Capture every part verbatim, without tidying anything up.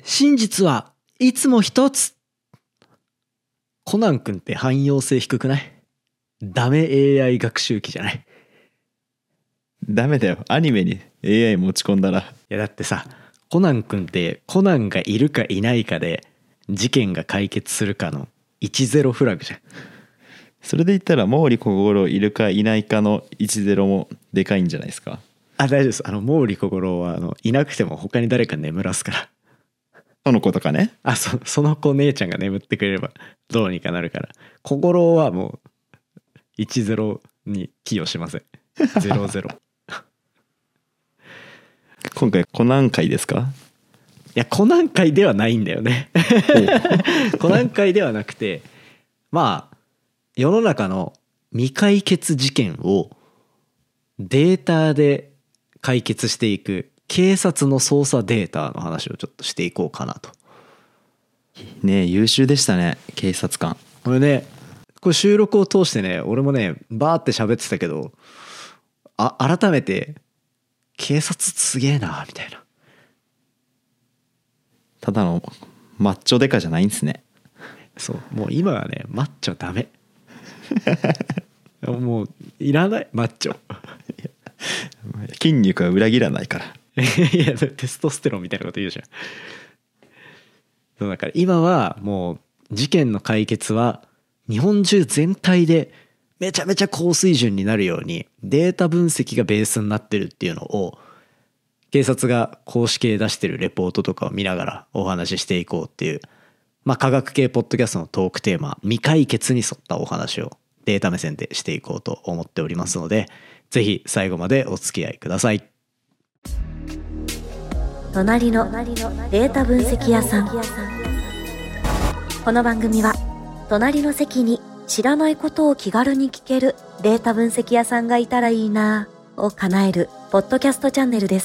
真実はいつも一つ。コナン君って汎用性低くない？ダメ エーアイ 学習機じゃない？ ダメだよ、アニメに エーアイ 持ち込んだら。いやだってさ、コナン君ってコナンがいるかいないかで事件が解決するかのいちゼロフラグじゃん。 それで言ったら毛利小五郎いるかいないかのいちゼロもでかいんじゃないですか。 あ、大丈夫です。あの毛利小五郎はあのいなくても他に誰か眠らすから。 その子とかね。 あ、そその子姉ちゃんが眠ってくれればどうにかなるから。小五郎はもういちゼロに寄与しません。ゼロゼロ。 今回コナン会ですか？ いやコナン会ではないんだよね。コナン会ではなくて、まあ世の中の未解決事件をデータで解決していく警察の捜査データの話をちょっとしていこうかなと。 ねえ、優秀でしたね、警察官。 これね、これ収録を通してね、俺もねバーって喋ってたけど、あ改めて警察すげえなみたいな。 ただのマッチョデカじゃないんですね。 そう、もう今はねマッチョダメ。もういらないマッチョ。 筋肉は裏切らないから。 いやテストステロンみたいなこと言うじゃん。そうだから今はもう事件の解決は日本中全体でめちゃめちゃ高水準になるようにデータ分析がベースになってるっていうのを警察が公式で出してるレポートとかを見ながらお話ししていこうっていう、まあ科学系ポッドキャストのトークテーマ未解決に沿ったお話をデータ目線でしていこうと思っておりますので、ぜひ最後までお付き合いください。 隣のデータ分析屋さん。この番組は隣の席に知らないことを気軽に聞けるデータ分析屋さんがいたらいいなを叶えるポッドキャストチャンネルです。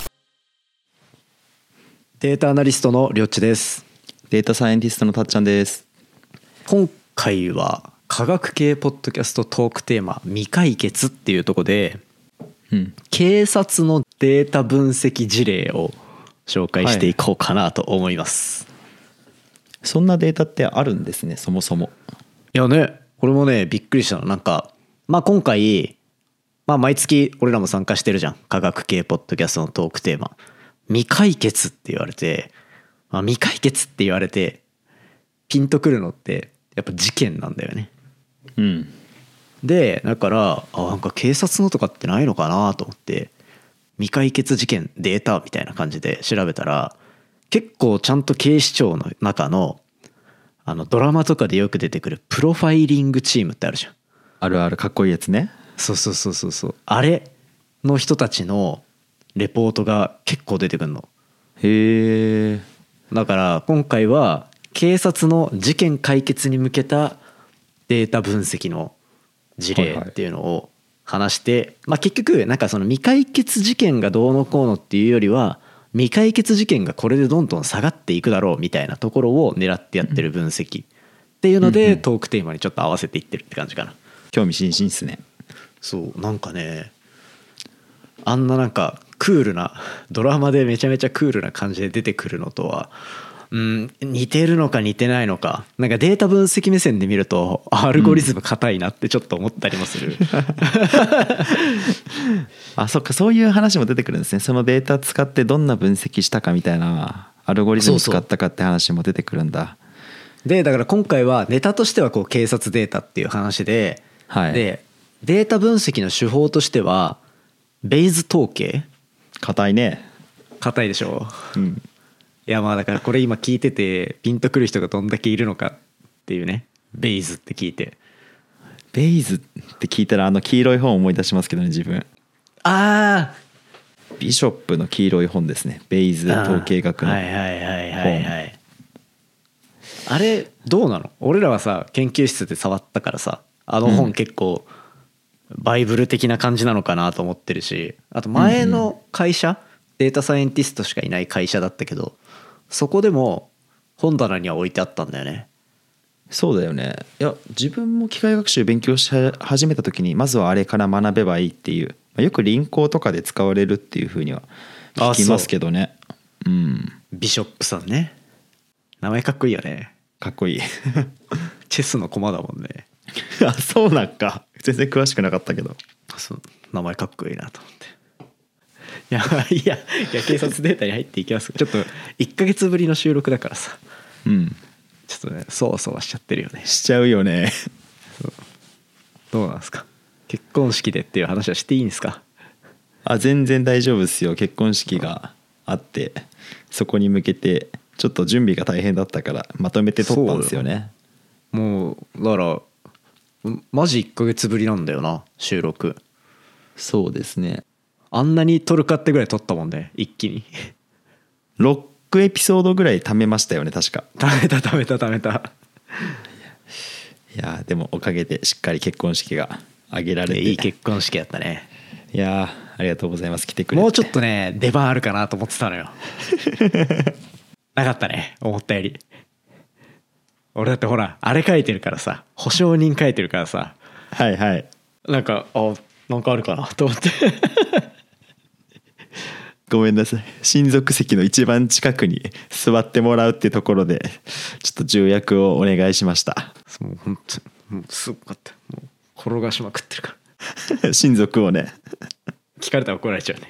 データアナリストのりょっちです。 データサイエンティストのたっちゃんです。 今回は科学系ポッドキャストトークテーマ未解決っていうところで、うん、警察のデータ分析事例を紹介していこうかなと思います、はい、 そんなデータってあるんですね、そもそも。 いやね、これもねびっくりしたの。なんかまあ今回、まあ、毎月俺らも参加してるじゃん、科学系ポッドキャストのトークテーマ未解決って言われて、まあ、未解決って言われてピンとくるのってやっぱ事件なんだよね。 うん、 でだからあなんか警察のとかってないのかなと思って未解決事件データみたいな感じで調べたら、結構ちゃんと警視庁の中のあのドラマとかでよく出てくるプロファイリングチームってあるじゃん。 あるある、かっこいいやつね。 そうそうそうそうそう、あれの人たちのレポートが結構出てくるの。 へえ。 だから今回は警察の事件解決に向けたデータ分析の事例っていうのを話して、はいはい、まあ結局なんかその未解決事件がどうのこうのっていうよりは未解決事件がこれでどんどん下がっていくだろうみたいなところを狙ってやってる分析っていうので、トークテーマにちょっと合わせていってるって感じかな。 興味津々っすね。 そうなんかね、あんななんかクールなドラマでめちゃめちゃクールな感じで出てくるのとは、うん、似てるのか似てないのか、なんかデータ分析目線で見るとアルゴリズム硬いなってちょっと思ったりもする、うん、 あ、そっか、そういう話も出てくるんですね。そのデータ使ってどんな分析したかみたいな、アルゴリズム使ったかって話も出てくるんだ。そうそうでだから今回はネタとしてはこう警察データっていう話で、はい、でデータ分析の手法としてはベイズ統計。 硬いね。 硬いでしょ、 うん、 いやまあだからこれ今聞いててピンとくる人がどんだけいるのかっていうね。ベイズって聞いて、 ベイズって聞いたらあの黄色い本を思い出しますけどね、自分。 ああビショップの黄色い本ですね、ベイズ統計学の本。 はいはいはいはいはい。あれどうなの？俺らはさ研究室で触ったからさ、あの本結構バイブル的な感じなのかなと思ってるし、あと前の会社、うんうん、データサイエンティストしかいない会社だったけど、そこでも本棚には置いてあったんだよね。 そうだよね。いや自分も機械学習勉強し始めた時にまずはあれから学べばいいっていう、よく輪行とかで使われるっていう風には聞きますけどね。うん。 ビショップさんね。名前かっこいいよね。 かっこいいチェスの駒だもんね。 あ、そうなんか。全然詳しくなかったけど。 そう名前かっこいいなと思って。いやいやいや警察データに入っていきます。ちょっといっかげつぶりの収録だからさ、 うんちょっとねそわそわしちゃってるよね。 しちゃうよね。 どうなんですか、結婚式でっていう話はしていいんですか？ あ、全然大丈夫ですよ。結婚式があってそこに向けてちょっと準備が大変だったからまとめて撮ったんですよね。 もうだからマジいっかげつぶりなんだよな収録。 そうですね。 あんなに撮るかってぐらい撮ったもんね一気に。 ろくエピソードぐらい貯めましたよね確か。 貯めた貯めた貯めた。 いやでもおかげでしっかり結婚式が挙げられて、 いい結婚式やったね。 いやありがとうございます。来てくれて。 もうちょっとね出番あるかなと思ってたのよ。なかったね思ったより。俺だってほらあれ書いてるからさ、保証人書いてるからさ、 はいはい。 なんかあなんかあるかなと思って。 ごめんなさい。親族席の一番近くに座ってもらうってところでちょっと重役をお願いしました。 もう本当もうすごかった。もう転がしまくってるから。 親族をね。 聞かれたら怒られちゃうね。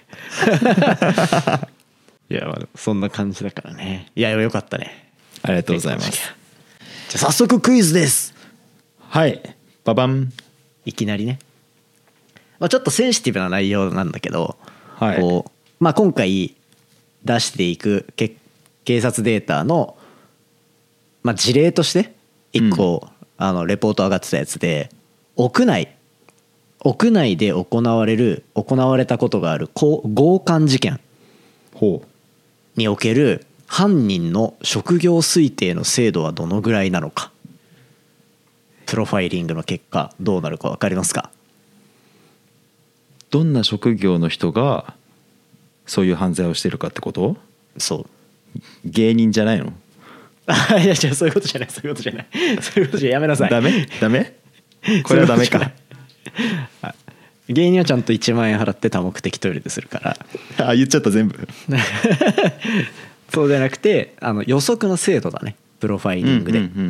いやまあそんな感じだからね。いやよかったね。 ありがとうございます。 じゃあ早速クイズです。 はいババン。 いきなりね、まあ、ちょっとセンシティブな内容なんだけど、 はいこうまあ、今回出していくけ警察データの、まあ、事例としていっこ、うん、あのレポート上がってたやつで、屋内屋内で行われる行われたことがある強姦事件における犯人の職業推定の精度はどのぐらいなのか。プロファイリングの結果どうなるか分かりますか？ どんな職業の人がそういう犯罪をしてるかってこと？ そう芸人じゃないの？ あいや違うそういうことじゃないそういうことじゃないそういうことじゃやめなさい。 ダメダメこれはダメか。 芸人はちゃんといちまんえん払って多目的トイレでするから。 あ言っちゃった全部。 そうじゃなくてあの予測の精度だね、プロファイリングで、うんうんうん、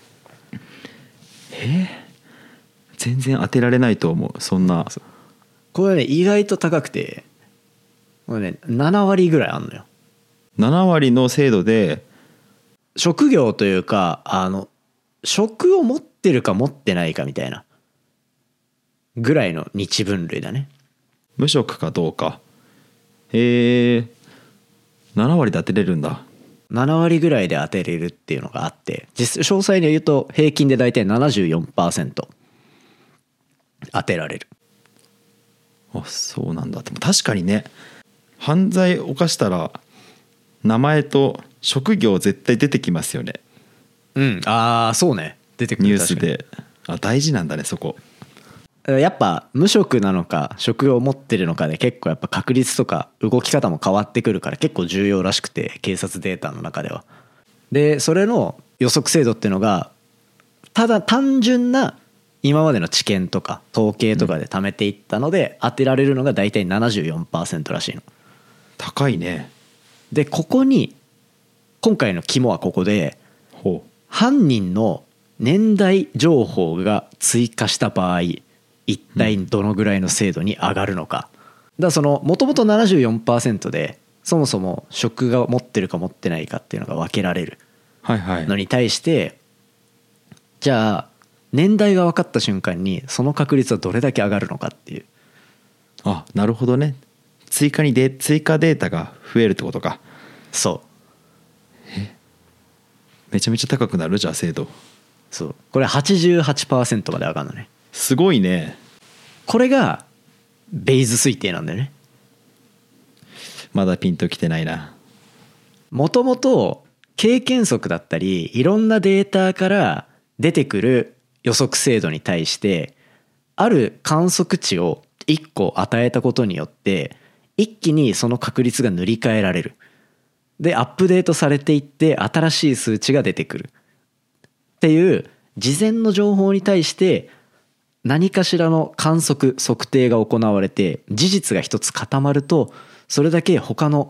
えー、全然当てられないと思う。そんなこれはね意外と高くてこれねななわりぐらいあんのよ。 ななわりの精度で職業というかあの職を持ってるか持ってないかみたいなぐらいの日分類だね。 無職かどうか。へえななわりで当てれるんだ。 ななわりぐらいで当てれるっていうのがあって、実詳細に言うと平均で大体 ななじゅうよんパーセント 当てられる。 あそうなんだ。でも確かにね犯罪を犯したら名前と職業絶対出てきますよね。 うんああそうね出てくる。 ニュースで。あ大事なんだねそこ。 やっぱ無職なのか職業を持ってるのかで結構やっぱ確率とか動き方も変わってくるから結構重要らしくて、警察データの中では。でそれの予測精度っていうのがただ単純な今までの知見とか統計とかで貯めていったので当てられるのが大体 ななじゅうよんパーセント らしいの。 高いね。でここに今回の肝はここで、 ほう犯人の年代情報が追加した場合一体どのぐらいの精度に上がるのか。だからそのもともと ななじゅうよんパーセント でそもそも職が持ってるか持ってないかっていうのが分けられるのに対して、じゃあ年代が分かった瞬間にその確率はどれだけ上がるのかっていう。 あなるほどね。追加にで追加データが増えるってことか。 そうえめちゃめちゃ高くなるじゃあ精度。 そうこれ はちじゅうはちパーセント まで上がるのね。 すごいね。 これがベイズ推定なんだよね。 まだピンときてないな。 もともと経験則だったりいろんなデータから出てくる予測精度に対してある観測値をいっこ与えたことによって一気にその確率が塗り替えられる。でアップデートされていって新しい数値が出てくるっていう事前の情報に対して何かしらの観測測定が行われて事実が一つ固まるとそれだけ他の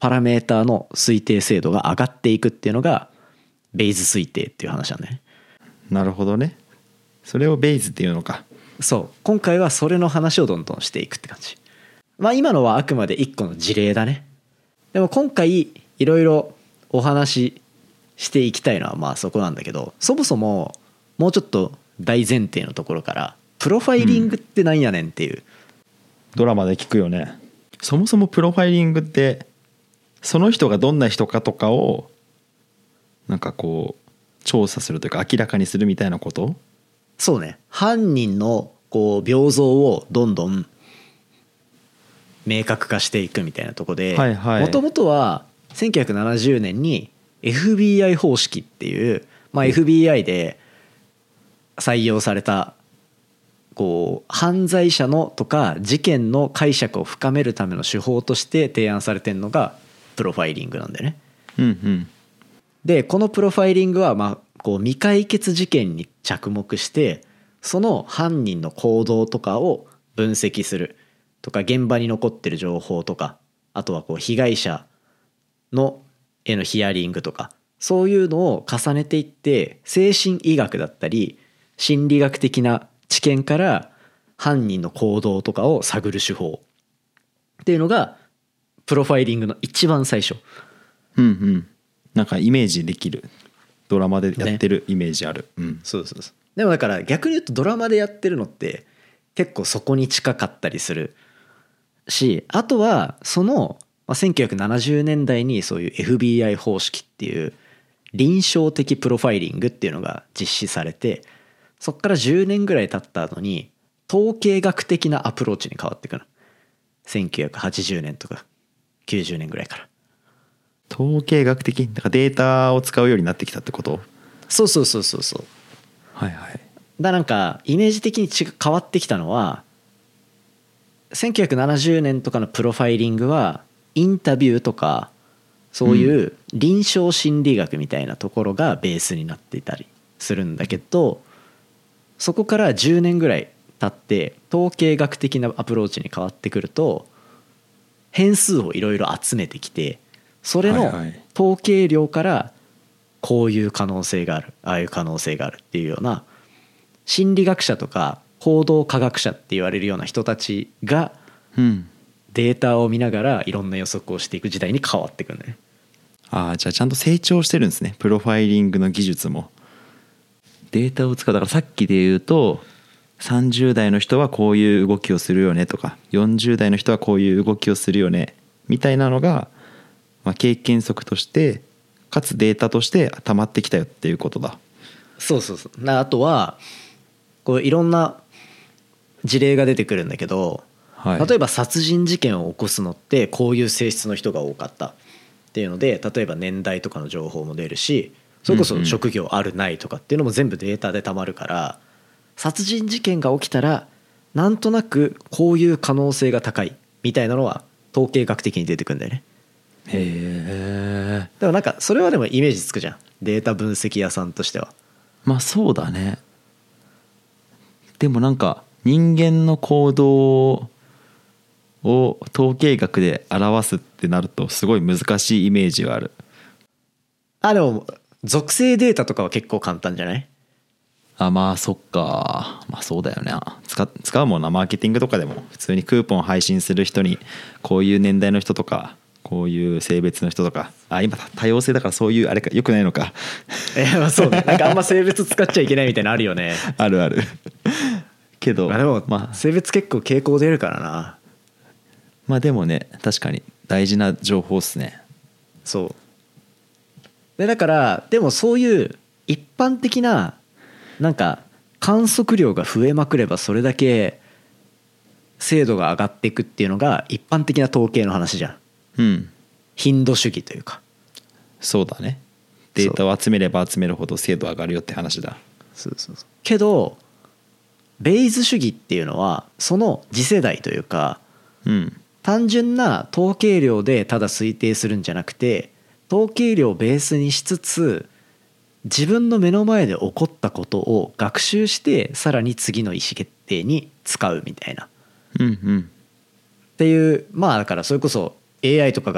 パラメーターの推定精度が上がっていくっていうのがベイズ推定っていう話なんだよね。 なるほどね。それをベイズっていうのか。 そう今回はそれの話をどんどんしていくって感じ。まあ今のはあくまで一個の事例だね。でも今回いろいろお話ししていきたいのはまあそこなんだけど、そもそももうちょっと大前提のところからプロファイリングってなんやねんっていう、うん、 ドラマで聞くよね。そもそもプロファイリングってその人がどんな人かとかをなんかこう調査するというか明らかにするみたいなこと？ そうね、犯人のこう病像をどんどん明確化していくみたいなとこで、もともとはせんきゅうひゃくななじゅうねんに エフビーアイ 方式っていう、まあ、エフビーアイ で採用されたこう犯罪者のとか事件の解釈を深めるための手法として提案されてるのがプロファイリングなんだよね。 うんうん、 でこのプロファイリングはまあこう未解決事件に着目してその犯人の行動とかを分析するとか、現場に残ってる情報とか、あとはこう被害者のへのヒアリングとか、そういうのを重ねていって精神医学だったり心理学的な知見から犯人の行動とかを探る手法っていうのがプロファイリングの一番最初。 うんうん、なんかイメージできる、ドラマでやってるイメージある、ね、うん、 そうそうそう。でもだから逆に言うとドラマでやってるのって結構そこに近かったりするし、あとはそのせんきゅうひゃくななじゅうねんだいにそういう エフビーアイ 方式っていう臨床的プロファイリングっていうのが実施されて、そこからじゅうねんぐらい経った後に統計学的なアプローチに変わっていくの。せんきゅうひゃくはちじゅうねんとかきゅうじゅうねんぐらいから。 統計学的だからデータを使うようになってきたってこと？ そうそうそうそうそう。 はいはい。 だなんかイメージ的に変わってきたのは、せんきゅうひゃくななじゅうねんとかのプロファイリングはインタビューとかそういう臨床心理学みたいなところがベースになっていたりするんだけど、そこからじゅうねんぐらい経って統計学的なアプローチに変わってくると、変数をいろいろ集めてきて、それの統計量からこういう可能性がある、ああいう可能性があるっていうような、心理学者とか行動科学者って言われるような人たちがデータを見ながらいろんな予測をしていく時代に変わっていくんだね。 ああ、じゃあちゃんと成長してるんですね、プロファイリングの技術も。データを使う、だからさっきで言うとさんじゅう代の人はこういう動きをするよねとか、よんじゅう代の人はこういう動きをするよねみたいなのが、まあ、経験則としてかつデータとして溜まってきたよっていうことだ。 そうそうそう。あとはこういろんな事例が出てくるんだけど、はい、例えば殺人事件を起こすのってこういう性質の人が多かったっていうので、例えば年代とかの情報も出るし、それこそ職業あるないとかっていうのも全部データでたまるから、殺人事件が起きたらなんとなくこういう可能性が高いみたいなのは統計学的に出てくるんだよね。 へえ。 でもなんかそれはでもイメージつくじゃん、データ分析屋さんとしては。 まあそうだね。でもなんか人間の行動を統計学で表すってなるとすごい難しいイメージはある。 あ、でも属性データとかは結構簡単じゃない？ あ、まあそっか、まあそうだよね。使, 使うもんな、マーケティングとかでも普通にクーポン配信する人にこういう年代の人とかこういう性別の人とか、あ、今多様性だからそういうあれか、よくないのか。 えー、まあそうね、なんかあんま性別使っちゃいけないみたいなのあるよね。 あるあるけど、 まあでもまあ性別結構傾向出るからな。 まあでもね、確かに大事な情報っすね。 そうで、だからでもそういう一般的ななんか観測量が増えまくればそれだけ精度が上がっていくっていうのが一般的な統計の話じゃん。 うん、 頻度主義というか。 そうだね。データを集めれば集めるほど精度上がるよって話だ。 そうそうそう。けどベイズ主義っていうのはその次世代というか、 うん、 単純な統計量でただ推定するんじゃなくて、統計量をベースにしつつ自分の目の前で起こったことを学習してさらに次の意思決定に使うみたいな、 うんうん、 っていう、まあだからそれこそ エーアイ とかが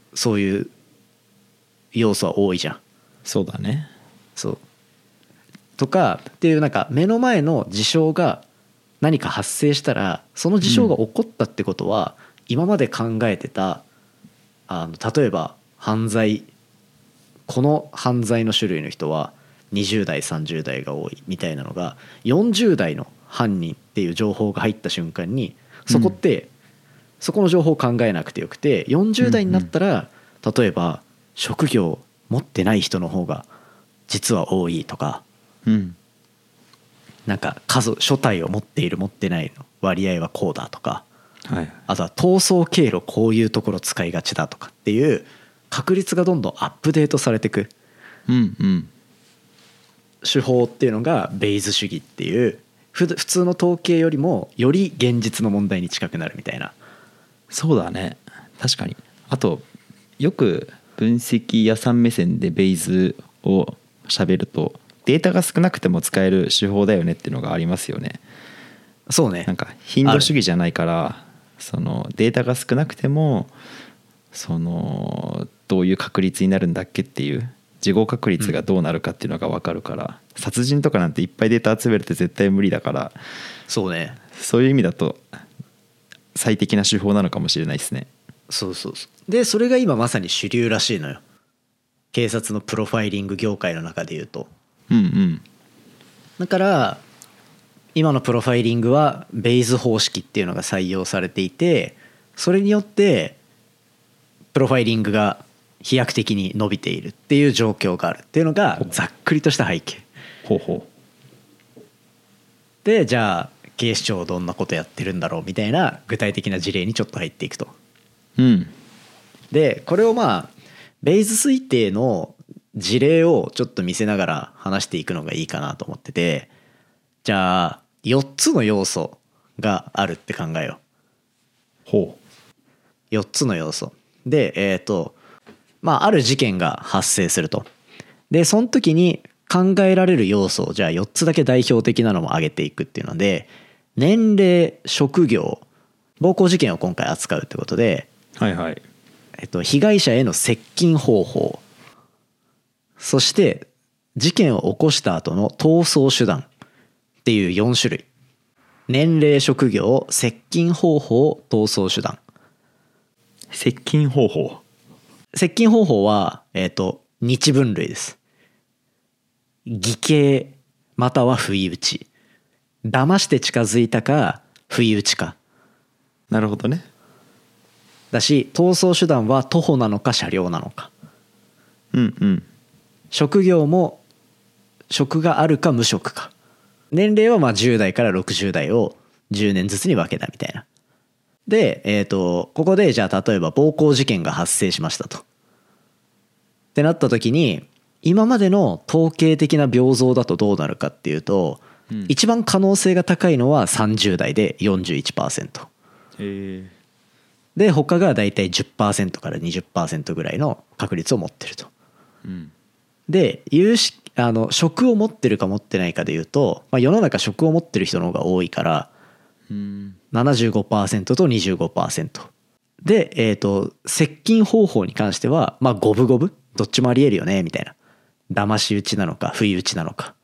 そういう要素は多いじゃん。 そうだね。 そうとかっていう、なんか目の前の事象が何か発生したら、その事象が起こったってことは、今まで考えてたあの例えば犯罪、この犯罪の種類の人はにじゅう代さんじゅう代が多いみたいなのがよんじゅう代の犯人っていう情報が入った瞬間に、そこってそこの情報を考えなくてよくて、よんじゅう代になったら例えば職業持ってない人の方が実は多いとか、 うんなんか数所帯を持っている持ってないの割合はこうだとか、 はいあとは逃走経路こういうところ使いがちだとかっていう確率がどんどんアップデートされていくうんうん手法っていうのがベイズ主義っていう、ふ普通の統計よりもより現実の問題に近くなるみたいな。 そうだね。確かに。あとよく分析屋さん目線でベイズを喋ると、データが少なくても使える手法だよねっていうのがありますよね。 そうね。 なんか頻度主義じゃないから、そのデータが少なくてもそのどういう確率になるんだっけっていう事後確率がどうなるかっていうのが分かるから、うん、殺人とかなんていっぱいデータ集めるって絶対無理だから、 そうね。 そういう意味だと最適な手法なのかもしれないですね。 そうそうそう。でそれが今まさに主流らしいのよ、警察のプロファイリング業界の中でいうと。 うんうん。 だから今のプロファイリングはベイズ方式っていうのが採用されていて、それによってプロファイリングが飛躍的に伸びているっていう状況があるっていうのがざっくりとした背景。 ほうほう。 でじゃあ警視庁どんなことやってるんだろうみたいな具体的な事例にちょっと入っていくと。 うん。 でこれをまあベイズ推定の事例をちょっと見せながら話していくのがいいかなと思ってて、じゃあよっつの要素があるって考えよう。ほう。よっつの要素で、えっとまあある事件が発生すると。でその時に考えられる要素をじゃあよっつだけ代表的なのも挙げていくっていうので、年齢、職業、暴行事件を今回扱うってことで、 はいはい。 えっと被害者への接近方法、そして事件を起こした後の逃走手段っていうよん種類。年齢、職業、接近方法、逃走手段。 接近方法。 接近方法はえっと日分類です。偽計または不意打ち。騙して近づいたか不意打ちか。 なるほどね。 だし逃走手段は徒歩なのか車両なのか。 うんうん。 職業も職があるか無職か。年齢はまあじゅう代からろくじゅう代をじゅうねんずつに分けたみたいな。で、えっとここでじゃあ例えば暴行事件が発生しましたと。ってなった時に今までの統計的な平等だとどうなるかっていうと、うん、一番可能性が高いのはさんじゅう代で よんじゅういちパーセント。 へー。 で他がだいたい じゅっパーセント から にじゅっパーセント ぐらいの確率を持ってると。うん、で有識あの職を持ってるか持ってないかでいうと、まあ、世の中職を持ってる人の方が多いから、うん、ななじゅうごパーセント と にじゅうごパーセント で、えーと接近方法に関してはまあ五分五分どっちもありえるよねみたいな。騙し討ちなのか不意打ちなのか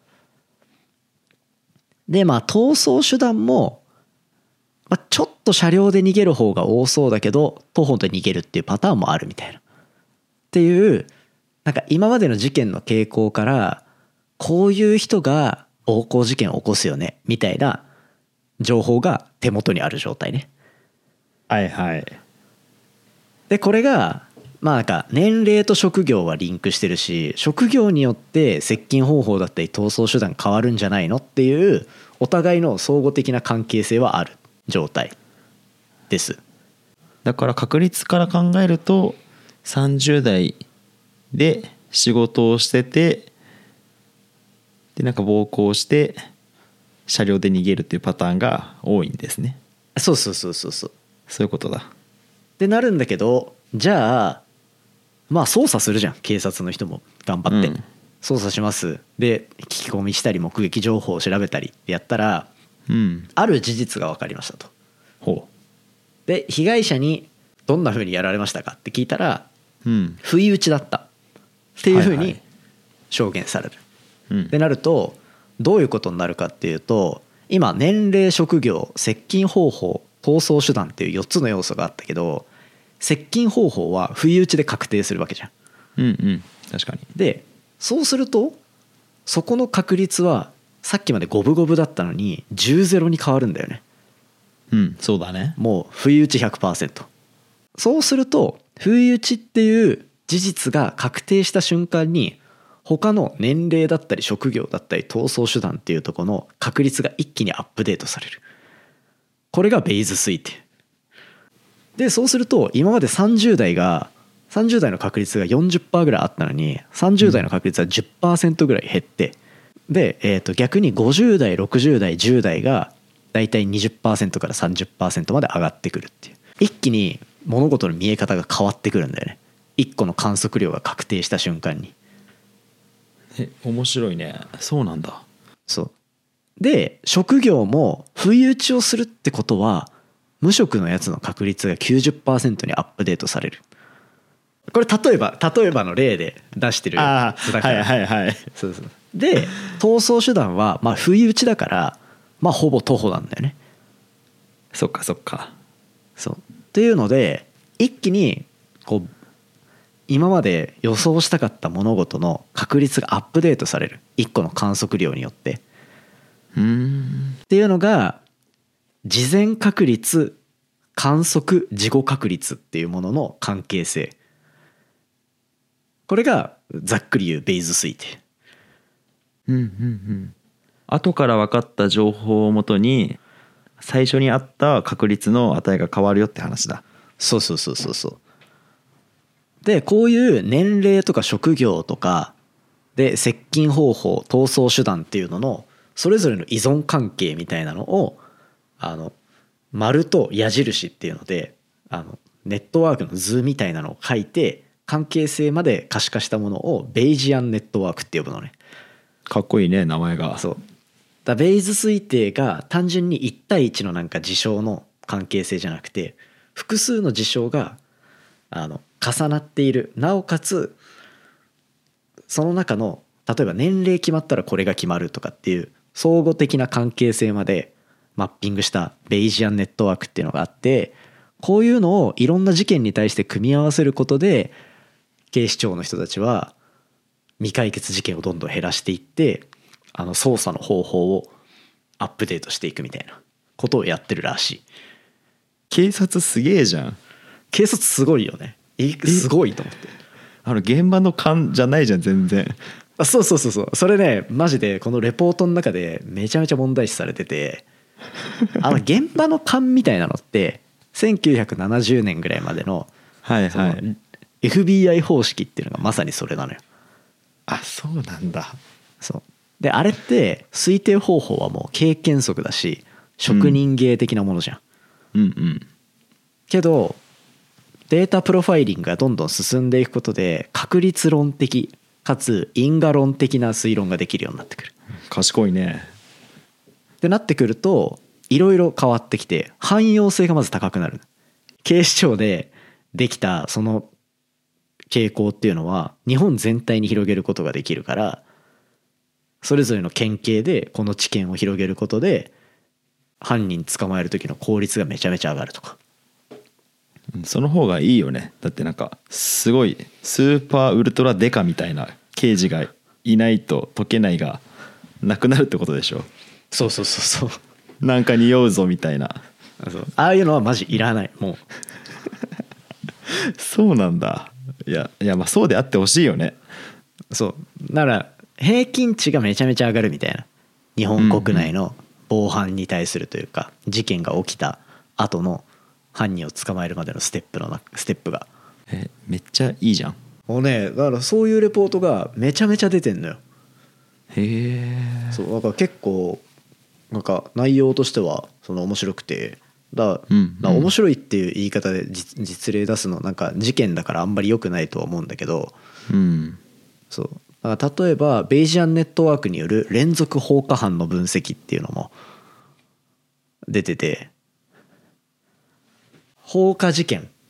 で、まあ逃走手段も、まあ、ちょっと車両で逃げる方が多そうだけど徒歩で逃げるっていうパターンもあるみたいなっていう、なんか今までの事件の傾向からこういう人が暴行事件を起こすよねみたいな情報が手元にある状態ね。 はいはい。 でこれがまあなんか年齢と職業はリンクしてるし、職業によって接近方法だったり逃走手段変わるんじゃないのっていうお互いの相互的な関係性はある状態です。 だから確率から考えるとさんじゅう代で仕事をしてて、でなんか暴行して車両で逃げるっていうパターンが多いんですね。 そうそうそうそうそう。 そういうことだ。 ってなるんだけど、じゃあまあ捜査するじゃん、警察の人も頑張って、うん、捜査します。で聞き込みしたり目撃情報を調べたりってやったら、うん、ある事実が分かりましたと。 ほう。 で被害者にどんな風にやられましたかって聞いたら、 うん不意打ちだったっていうふうにはいはい証言される。 うんってなるとどういうことになるかっていうと、今年齢、職業、接近方法、逃走手段っていうよっつの要素があったけど、接近方法は不意打ちで確定するわけじゃん。 うんうん確かに。 でそうするとそこの確率はさっきまで五分五分だったのにじゅうゼロに変わるんだよね。 うんそうだね。 もう不意打ち ひゃくパーセント。 そうすると不意打ちっていう事実が確定した瞬間に他の年齢だったり職業だったり逃走手段っていうところの確率が一気にアップデートされる。これがベイズ推定で、そうすると今までさんじゅう代がさんじゅう代の確率が よんじゅっパーセント ぐらいあったのにさんじゅう代の確率は じゅっパーセント ぐらい減って、で、えー、と逆にごじゅう代、ろくじゅう代、じゅう代がだいたい にじゅっパーセント から さんじゅっパーセント まで上がってくるっていう、一気に物事の見え方が変わってくるんだよね。いっこの観測量が確定した瞬間に。 え面白いね。そうなんだ。 そうで職業も不意打ちをするってことは無職のやつの確率が きゅうじゅっパーセント にアップデートされる。これ例えば例えばの例で出してるああだからはいはいはい。 そうそうで逃走手段はまあ不意打ちだからまあほぼ徒歩なんだよね。 そっかそっか。 そうっていうので一気にこう今まで予想したかった物事の確率がアップデートされる、いっこの観測量によって。 うーんっていうのが事前確率、観測、事後確率っていうものの関係性。これがざっくり言うベイズ推定。 うんうんうん後から分かった情報をもとに最初にあった確率の値が変わるよって話だ。 そうそうそうそうそう。でこういう年齢とか職業とかで接近方法、逃走手段っていうののそれぞれの依存関係みたいなのをあの丸と矢印っていうのであのネットワークの図みたいなのを書いて関係性まで可視化したものをベイジアンネットワークって呼ぶのね。 かっこいいね名前が。 そうだベイズ推定が単純にいち対いちのなんか事象の関係性じゃなくて複数の事象があの重なっている、なおかつその中の例えば年齢決まったらこれが決まるとかっていう相互的な関係性までマッピングしたベイジアンネットワークっていうのがあって、こういうのをいろんな事件に対して組み合わせることで警視庁の人たちは未解決事件をどんどん減らしていってあの捜査の方法をアップデートしていくみたいなことをやってるらしい。 警察すげえじゃん。 警察すごいよね。すごいと思って。 あの現場の勘じゃないじゃん全然。 あそうそうそうそうそれねマジでこのレポートの中でめちゃめちゃ問題視されててあの現場の勘みたいなのってせんきゅうひゃくななじゅうねんぐらいまでのはいそのはい。 エフビーアイ 方式っていうのがまさにそれなのよ。 あそうなんだ。 そうであれって推定方法はもう経験則だし職人芸的なものじゃん、 うんうんけどデータプロファイリングがどんどん進んでいくことで確率論的かつ因果論的な推論ができるようになってくる。 賢いね。 ってなってくるといろいろ変わってきて汎用性がまず高くなる。警視庁でできたその傾向っていうのは日本全体に広げることができるから、それぞれの県警でこの知見を広げることで犯人捕まえる時の効率がめちゃめちゃ上がるとか。 その方がいいよね。だってなんかすごいスーパーウルトラデカみたいな刑事がいないと解けないがなくなるってことでしょ。 そうそうそうそうなんか匂うぞみたいな。 そうああいうのはマジいらない。もうそうなんだ。いやいやまあそうであってほしいよね。 そうなら平均値がめちゃめちゃ上がるみたいな、日本国内の防犯に対するというか事件が起きた後の犯人を捕まえるまでのステップのなステップがえめっちゃいいじゃん。 もうねだからそういうレポートがめちゃめちゃ出てんのよ。 へえ。 そうだから結構なんか内容としてはその面白くてだ、 うんうん、 だ面白いっていう言い方で 実, 実例出すのなんか事件だからあんまり良くないとは思うんだけど、 うん、 そうだから例えばベイジアンネットワークによる連続放火犯の分析っていうのも出てて、放火事件っ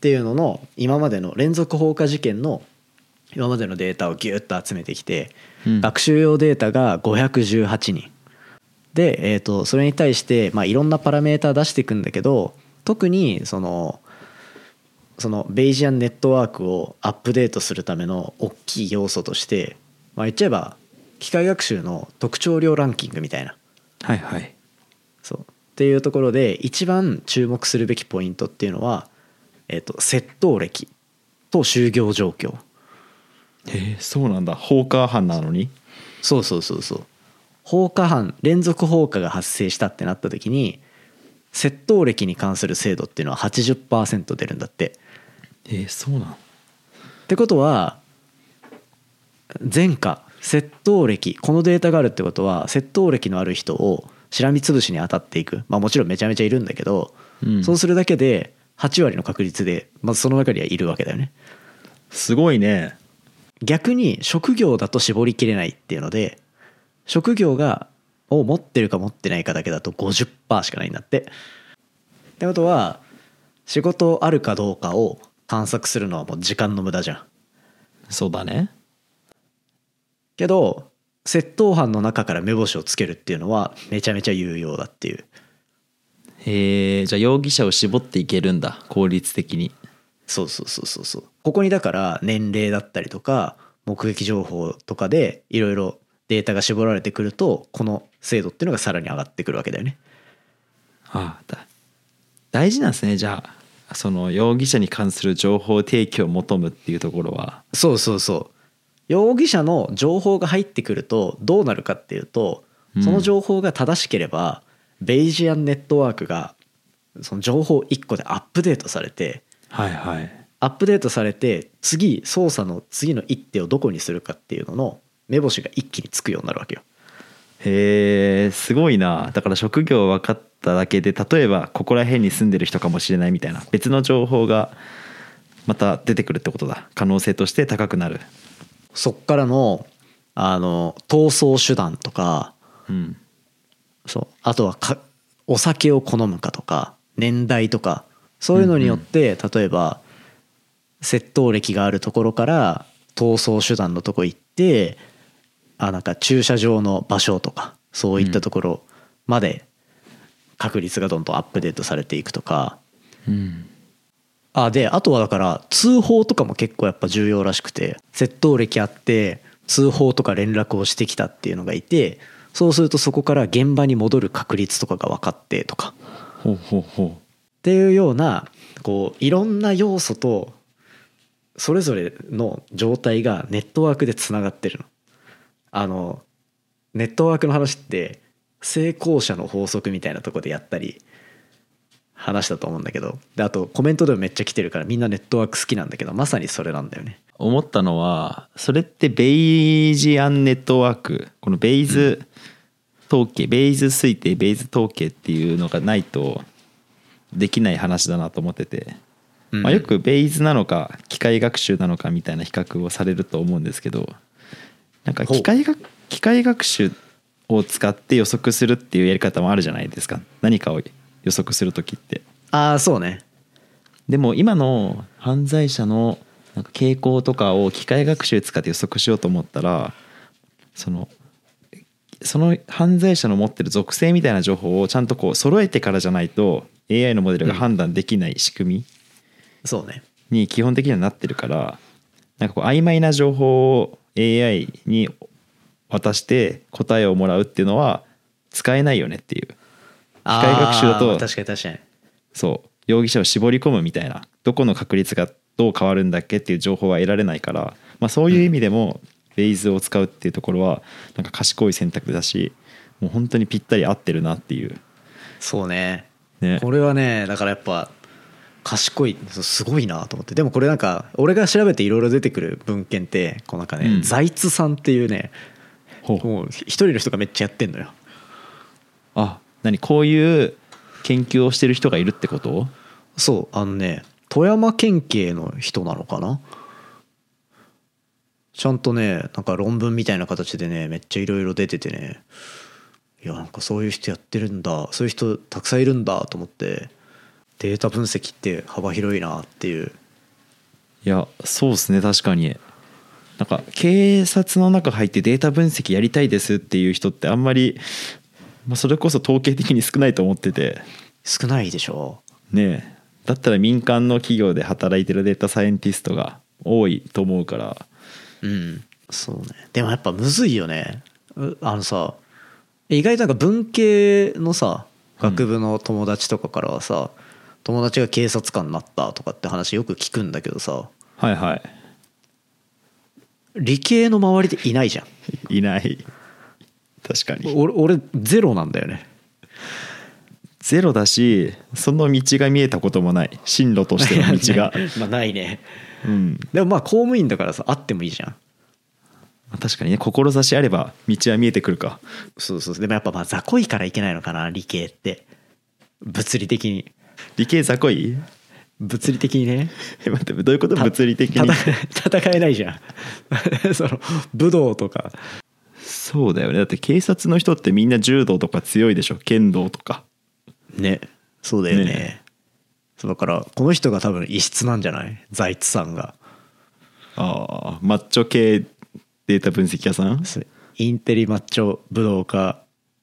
っていうのの今までの連続放火事件の今までのデータをギュッと集めてきて、 うん、 学習用データがごひゃくじゅうはちにんで、えー、とそれに対して、まあ、いろんなパラメータ出していくんだけど、特にそのそのベイジアンネットワークをアップデートするための大きい要素として、まあ、言っちゃえば機械学習の特徴量ランキングみたいな、 はいはい、 そうっていうところで一番注目するべきポイントっていうのは、えー、と窃盗歴と就業状況。 へえ、そうなんだ。放火犯なのに。 そうそうそうそう。放火犯連続放火が発生したってなった時に窃盗歴に関する精度っていうのは はちじゅっパーセント 出るんだって。 えー、そうなん。 ってことは前科窃盗歴、このデータがあるってことは窃盗歴のある人をしらみつぶしに当たっていく、まあもちろんめちゃめちゃいるんだけど、 うん、 そうするだけではち割の確率でまずその中にはいるわけだよね。 すごいね。 逆に職業だと絞りきれないっていうので、職業がを持ってるか持ってないかだけだと ごじゅっパーセント しかないんだって。ってことは仕事あるかどうかを探索するのはもう時間の無駄じゃん。 そうだね。 けど窃盗犯の中から目星をつけるっていうのはめちゃめちゃ有用だっていう。 へえ、じゃあ容疑者を絞っていけるんだ、効率的に。 そうそうそうそうそう。ここにだから年齢だったりとか目撃情報とかでいろいろデータが絞られてくると、この精度っていうのがさらに上がってくるわけだよね。 ああ、だ大事なんですね。じゃあその容疑者に関する情報提供を求むっていうところは。 そうそうそう。容疑者の情報が入ってくるとどうなるかっていうと、その情報が正しければ、うん、ベイジアンネットワークがその情報いっこでアップデートされて、 はいはい、 アップデートされて次捜査の次の一手をどこにするかっていうのの目星が一気につくようになるわけよ。 へえ、すごいな。だから職業分かっただけで、例えばここら辺に住んでる人かもしれないみたいな別の情報がまた出てくるってことだ。可能性として高くなる。 そっからのあの逃走手段とか、 うん、そう、 あとはかお酒を好むかとか年代とかそういうのによって、うんうん、例えば窃盗歴があるところから逃走手段のとこ行って、あなんか駐車場の場所とかそういったところまで確率がどんどんアップデートされていくとか、 うん、 あであとはだから通報とかも結構やっぱ重要らしくて、窃盗歴あって通報とか連絡をしてきたっていうのがいて、そうするとそこから現場に戻る確率とかが分かってとか、 ほうほうほうっていうようなこういろんな要素とそれぞれの状態がネットワークでつながってるの。あのネットワークの話って成功者の法則みたいなとこでやったり話したと思うんだけど、であとコメントでもめっちゃ来てるからみんなネットワーク好きなんだけど、まさにそれなんだよね。 思ったのは、それってベイジアンネットワーク、このベイズ統計、うん、ベイズ推定、ベイズ統計っていうのがないとできない話だなと思ってて、うん、まあ、よくベイズなのか機械学習なのかみたいな比較をされると思うんですけど、なんか機械学機械学習を使って予測するっていうやり方もあるじゃないですか。何かを予測するときって。 ああそうね。 でも今の犯罪者のなんか傾向とかを機械学習使って予測しようと思ったら、そのその犯罪者の持ってる属性みたいな情報をちゃんとこう揃えてからじゃないと エーアイ のモデルが判断できない仕組みそうねに基本的にはなってるから、なんかこう曖昧な情報を エーアイ に渡して答えをもらうっていうのは使えないよねっていう。機械学習だと確かに確かにそう容疑者を絞り込むみたいな、どこの確率がどう変わるんだっけっていう情報は得られないから、まあ、そういう意味でもベイズを使うっていうところはなんか賢い選択だし、もう本当にぴったり合ってるなっていう。 そう ね, ねこれはねだからやっぱ賢い、すごいなと思って。でもこれなんか俺が調べていろいろ出てくる文献ってこうなんかね、うん、財津さんっていうねもう一人の人がめっちゃやってんのよ。 あ、何こういう研究をしてる人がいるってこと？ そうあのね富山県警の人なのかな、ちゃんとねなんか論文みたいな形でねめっちゃいろいろ出ててね、いやなんかそういう人やってるんだ、そういう人たくさんいるんだと思って、 データ分析って幅広いなっていう。 いやそうですね、確かに。なんか警察の中入ってデータ分析やりたいですっていう人ってあんまり、まあ、それこそ統計的に少ないと思ってて。 少ないでしょねえ、だったら民間の企業で働いてるデータサイエンティストが多いと思うから。 うん、そうね。でもやっぱむずいよね。あのさ、意外となんか文系のさ学部の友達とかからはさ、うん、友達が警察官になったとかって話よく聞くんだけどさ、 はいはい、 理系の周りでいないじゃん。 いない。確かに。 俺俺ゼロなんだよね。 ゼロだし、その道が見えたこともない、進路としての道がまあないね、 うん、 でもまあ公務員だからさあってもいいじゃん。 確かにね、志あれば道は見えてくるか。 そうそう。でもやっぱまあ雑魚いからいけないのかな、理系って。物理的に。 理系雑魚い？ 物理的にね。 え待って、どういうこと？物理的に戦えないじゃんその武道とか。 そうだよね。だって警察の人ってみんな柔道とか強いでしょ、剣道とかね。そうだよね。 ね。 そうだからこの人が多分異質なんじゃない？財津さんが。 ああ、マッチョ系データ分析屋さん？ インテリマッチョ武道家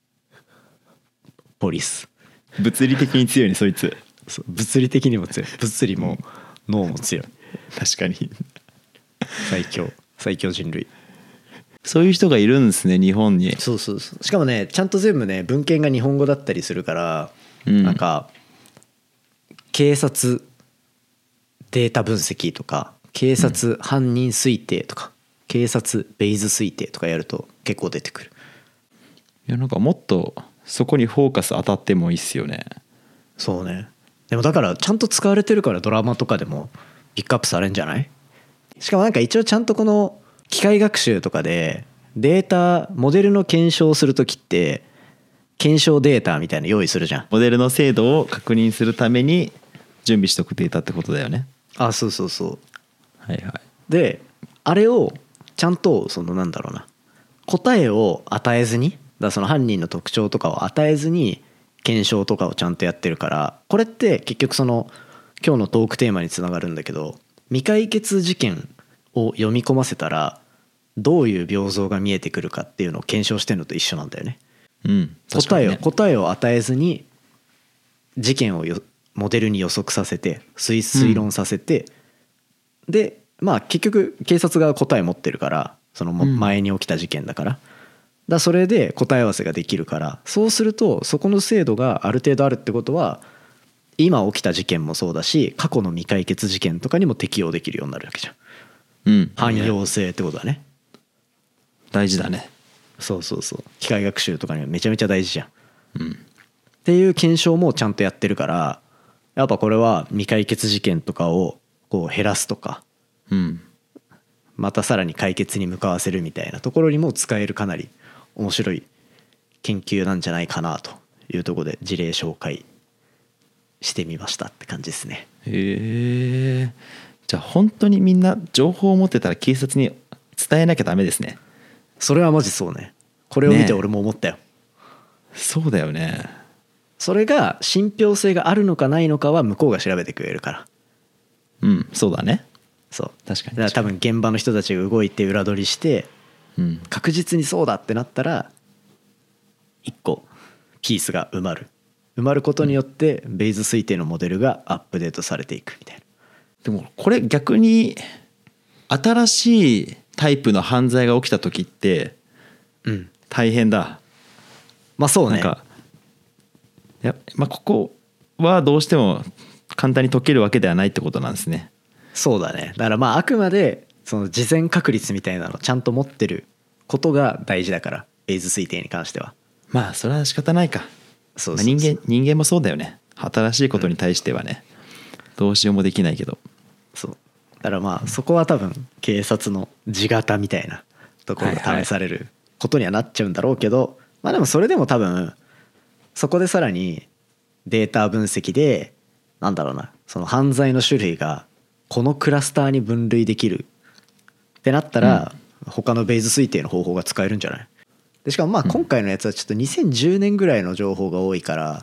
ポリス。 物理的に強いねそいつ。 物理的にも強い。物理も脳も強い。 確かに。 最強最強人類。 そういう人がいるんですね、日本に。 そうそうそう。しかもね、ちゃんと全部ね文献が日本語だったりするから、うん、なんか警察データ分析とか警察犯人推定とか、うん、警察ベイズ推定とかやると結構出てくる。 いやなんかもっとそこにフォーカス当たってもいいっすよね。 そうね。でもだからちゃんと使われてるからドラマとかでもピックアップされるんじゃない？しかもなんか一応ちゃんとこの機械学習とかでデータモデルの検証するときって検証データみたいなの用意するじゃん。 モデルの精度を確認するために準備しとくデータってことだよね。 あ、そうそうそう。 はいはい。 であれをちゃんとそのなんだろうな、答えを与えずに、だからその犯人の特徴とかを与えずに検証とかをちゃんとやってるから、これって結局その今日のトークテーマにつながるんだけど、未解決事件を読み込ませたらどういう病像が見えてくるかっていうのを検証してるのと一緒なんだよね。 うん、 答えを答えを与えずに事件をよモデルに予測させて推推論させて、うん、でまあ結局警察が答え持ってるから、その前に起きた事件だから、うん、だそれで答え合わせができるから、そうするとそこの精度がある程度あるってことは今起きた事件もそうだし過去の未解決事件とかにも適用できるようになるわけじゃん。 うん、 汎用性ってことだね。 大事だね。 そうそうそう。機械学習とかにはめちゃめちゃ大事じゃん、 うん、 っていう検証もちゃんとやってるから、やっぱこれは未解決事件とかをこう減らすとか、 うん、 またさらに解決に向かわせるみたいなところにも使えるかなり面白い研究なんじゃないかなというところで事例紹介してみましたって感じですね。 へえ。じゃあ本当にみんな情報を持ってたら警察に伝えなきゃダメですね。 それはマジそうね。これを見て俺も思ったよ、ね、 そうだよね。 それが信憑性があるのかないのかは向こうが調べてくれるから。 うん、そうだね。 そう確かに。 だから多分現場の人たちが動いて裏取りして、 うん、 確実にそうだってなったら一個ピースが埋まる埋まることによってベイズ推定のモデルがアップデートされていくみたいな。 でもこれ逆に新しいタイプの犯罪が起きた時って大変だ、うん、 まあそうね。 なんかいや、まあ、ここはどうしても簡単に解けるわけではないってことなんですね。 そうだね。だからまああくまでその事前確率みたいなのをちゃんと持ってることが大事だから、ベイズ推定に関しては。 まあそれは仕方ないか。 そうそうそう、 まあ、人間人間もそうだよね。新しいことに対してはね、うん、どうしようもできないけど。 そうだからまあそこは多分警察の地形みたいなところが試されることにはなっちゃうんだろうけど、はいはい、まあでもそれでも多分そこでさらにデータ分析でなんだろうな、その犯罪の種類がこのクラスターに分類できるってなったら、うん、他のベイズ推定の方法が使えるんじゃない？でしかもまあ今回のやつはちょっとにせんじゅうねんぐらいの情報が多いから、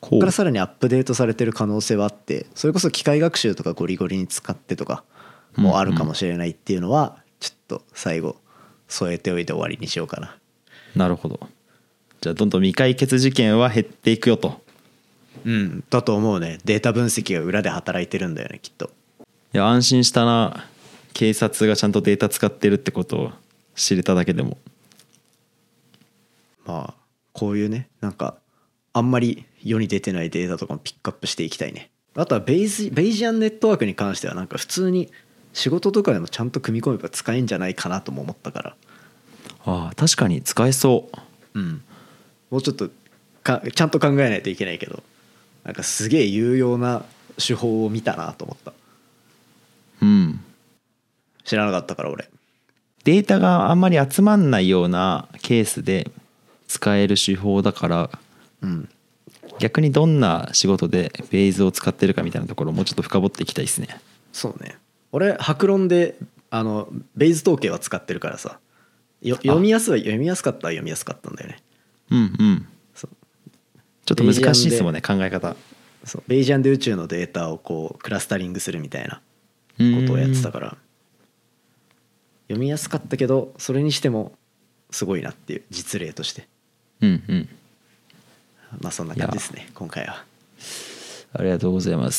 ここからさらにアップデートされてる可能性はあって、それこそ機械学習とかゴリゴリに使ってとかもあるかもしれないっていうのはちょっと最後添えておいて終わりにしようかな。 なるほど。じゃあどんどん未解決事件は減っていくよと。 うんだと思うね。データ分析が裏で働いてるんだよねきっと。 いや安心したな。警察がちゃんとデータ使ってるってことを知れただけでも。 まあこういうねなんかあんまり世に出てないデータとかもピックアップしていきたいね。あとはベイズベイジアンネットワークに関してはなんか普通に仕事とかでもちゃんと組み込めば使えんじゃないかなとも思ったから。 ああ確かに使えそう。 うんもうちょっとかちゃんと考えないといけないけど、なんかすげえ有用な手法を見たなと思った。 うん知らなかったから俺。 データがあんまり集まんないようなケースで使える手法だから、 うん、 逆にどんな仕事でベイズを使ってるかみたいなところをもうちょっと深掘っていきたいですね。 そうね。俺白論であのベイズ統計は使ってるからさ、よ読みやすい読みやすかったは読みやすかったんだよね。 うんうんそうちょっと難しいですもんね考え方。 そうベイジアンで宇宙のデータをこうクラスタリングするみたいなことをやってたから読みやすかったけど、それにしてもすごいなっていう実例として。 うんうんまあそんな感じですね今回は。 ありがとうございます、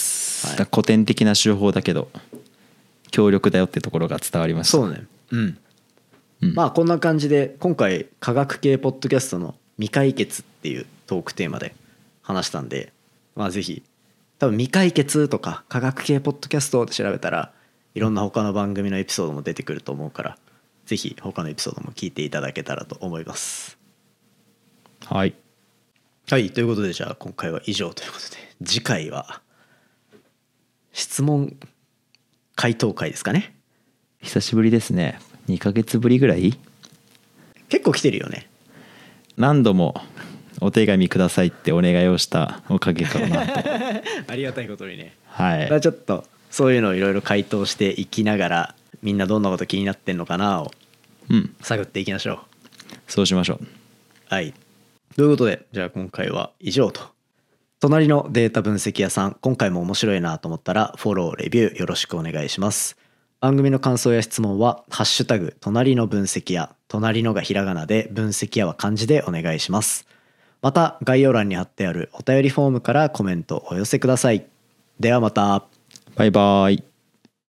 はいだ古典的な手法だけど強力だよってところが伝わりました。 そうねうんうんまあこんな感じで今回科学系ポッドキャストの未解決っていうトークテーマで話したんで、まあぜひ多分未解決とか科学系ポッドキャストで調べたらいろんな他の番組のエピソードも出てくると思うから、ぜひ他のエピソードも聞いていただけたらと思います。 はいはいということでじゃあ今回は以上ということで、次回は質問回答会ですかね。 久しぶりですね。にかげつぶりぐらい。 結構来てるよね。 何度もお手紙くださいってお願いをしたおかげかなとありがたいことにね。 はいだからちょっとそういうのをいろいろ回答していきながら、みんなどんなこと気になってんのかなをうん探っていきましょう。 そうしましょう。 はいということでじゃあ今回は以上と。隣のデータ分析屋さん、今回も面白いなと思ったらフォローレビューよろしくお願いします。番組の感想や質問はハッシュタグ隣の分析屋、隣のがひらがなで分析屋は漢字でお願いします。また概要欄に貼ってあるお便りフォームからコメントお寄せください。ではまた。 バイバイ。